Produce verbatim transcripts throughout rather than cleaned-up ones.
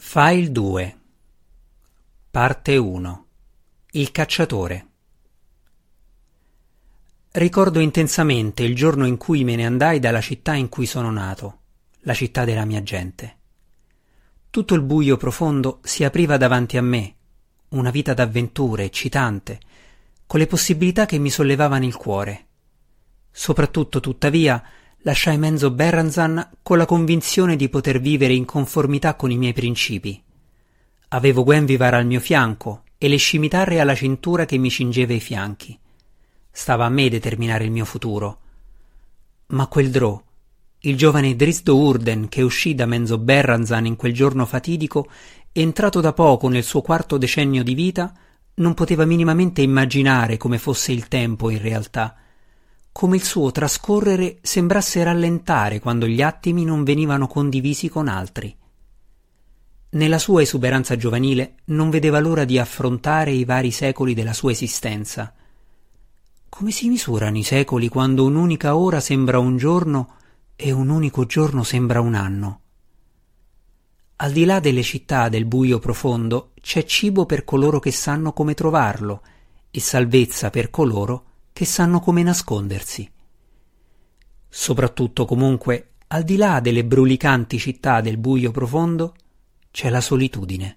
File due Parte uno Il cacciatore. Ricordo intensamente il giorno in cui me ne andai dalla città in cui sono nato, la città della mia gente. Tutto il buio profondo si apriva davanti a me, una vita d'avventure, eccitante, con le possibilità che mi sollevavano il cuore. Soprattutto, tuttavia, lasciai Menzo Berranzan con la convinzione di poter vivere in conformità con i miei principi. Avevo Gwenvivar al mio fianco e le scimitarre alla cintura che mi cingeva i fianchi. Stava a me determinare il mio futuro. Ma quel Drò, il giovane Drizzt Do'Urden che uscì da Menzo Berranzan in quel giorno fatidico, entrato da poco nel suo quarto decennio di vita, non poteva minimamente immaginare come fosse il tempo in realtà, come il suo trascorrere sembrasse rallentare quando gli attimi non venivano condivisi con altri. Nella sua esuberanza giovanile non vedeva l'ora di affrontare i vari secoli della sua esistenza. Come si misurano i secoli quando un'unica ora sembra un giorno e un unico giorno sembra un anno? Al di là delle città del buio profondo c'è cibo per coloro che sanno come trovarlo e salvezza per coloro che sanno come nascondersi. Soprattutto, comunque, al di là delle brulicanti città del buio profondo, c'è la solitudine.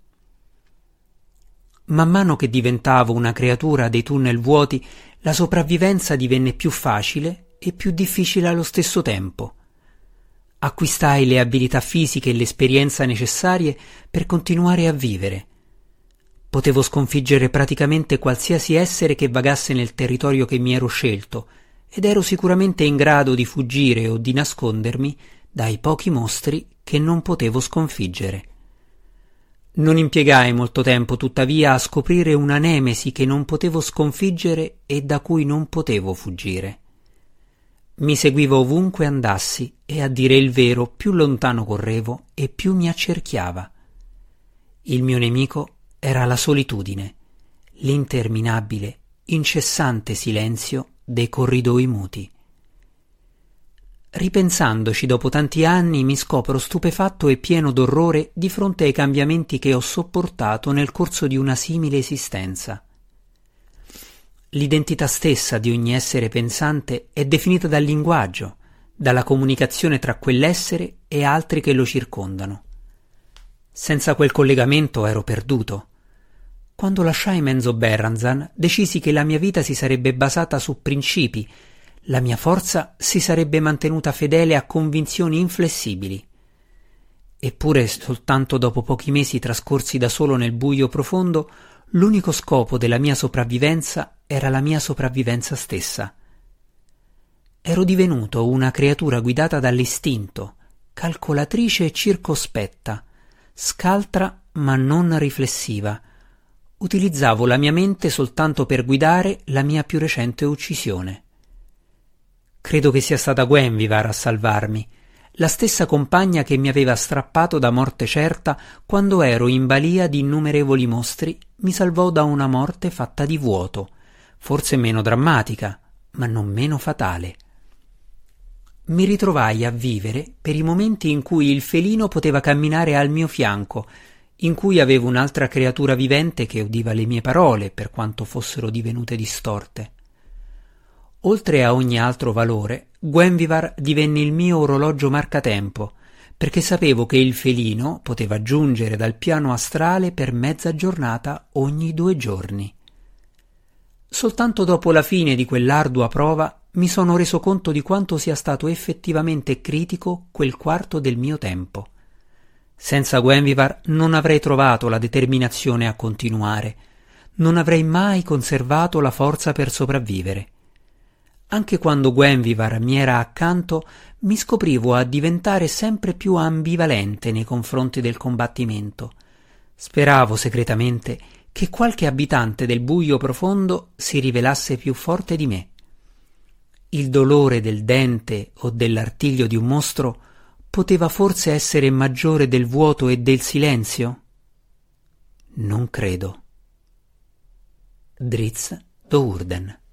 Man mano che diventavo una creatura dei tunnel vuoti, la sopravvivenza divenne più facile e più difficile allo stesso tempo. Acquistai le abilità fisiche e l'esperienza necessarie per continuare a vivere. Potevo sconfiggere praticamente qualsiasi essere che vagasse nel territorio che mi ero scelto, ed ero sicuramente in grado di fuggire o di nascondermi dai pochi mostri che non potevo sconfiggere. Non impiegai molto tempo, tuttavia, a scoprire una nemesi che non potevo sconfiggere e da cui non potevo fuggire. Mi seguiva ovunque andassi e, a dire il vero, più lontano correvo e più mi accerchiava. Il mio nemico era la solitudine, l'interminabile, incessante silenzio dei corridoi muti. Ripensandoci dopo tanti anni mi scopro stupefatto e pieno d'orrore di fronte ai cambiamenti che ho sopportato nel corso di una simile esistenza. L'identità stessa di ogni essere pensante è definita dal linguaggio, dalla comunicazione tra quell'essere e altri che lo circondano. Senza quel collegamento ero perduto. Quando lasciai Menzo Berranzan, decisi che la mia vita si sarebbe basata su principi, la mia forza si sarebbe mantenuta fedele a convinzioni inflessibili. Eppure, soltanto dopo pochi mesi trascorsi da solo nel buio profondo, l'unico scopo della mia sopravvivenza era la mia sopravvivenza stessa. Ero divenuto una creatura guidata dall'istinto, calcolatrice e circospetta, scaltra ma non riflessiva. Utilizzavo la mia mente soltanto per guidare la mia più recente uccisione. Credo che sia stata Gwenvivar a salvarmi, la stessa compagna che mi aveva strappato da morte certa quando ero in balia di innumerevoli mostri, mi salvò da una morte fatta di vuoto, forse meno drammatica, ma non meno fatale. Mi ritrovai a vivere per i momenti in cui il felino poteva camminare al mio fianco, in cui avevo un'altra creatura vivente che udiva le mie parole, per quanto fossero divenute distorte. Oltre a ogni altro valore, Gwenvivar divenne il mio orologio marcatempo, perché sapevo che il felino poteva giungere dal piano astrale per mezza giornata ogni due giorni. Soltanto dopo la fine di quell'ardua prova mi sono reso conto di quanto sia stato effettivamente critico quel quarto del mio tempo. Senza Gwenvivar non avrei trovato la determinazione a continuare, non avrei mai conservato la forza per sopravvivere. Anche quando Gwenvivar mi era accanto, mi scoprivo a diventare sempre più ambivalente nei confronti del combattimento. Speravo segretamente che qualche abitante del buio profondo si rivelasse più forte di me. Il dolore del dente o dell'artiglio di un mostro poteva forse essere maggiore del vuoto e del silenzio? Non credo. Drizzt Do'Urden.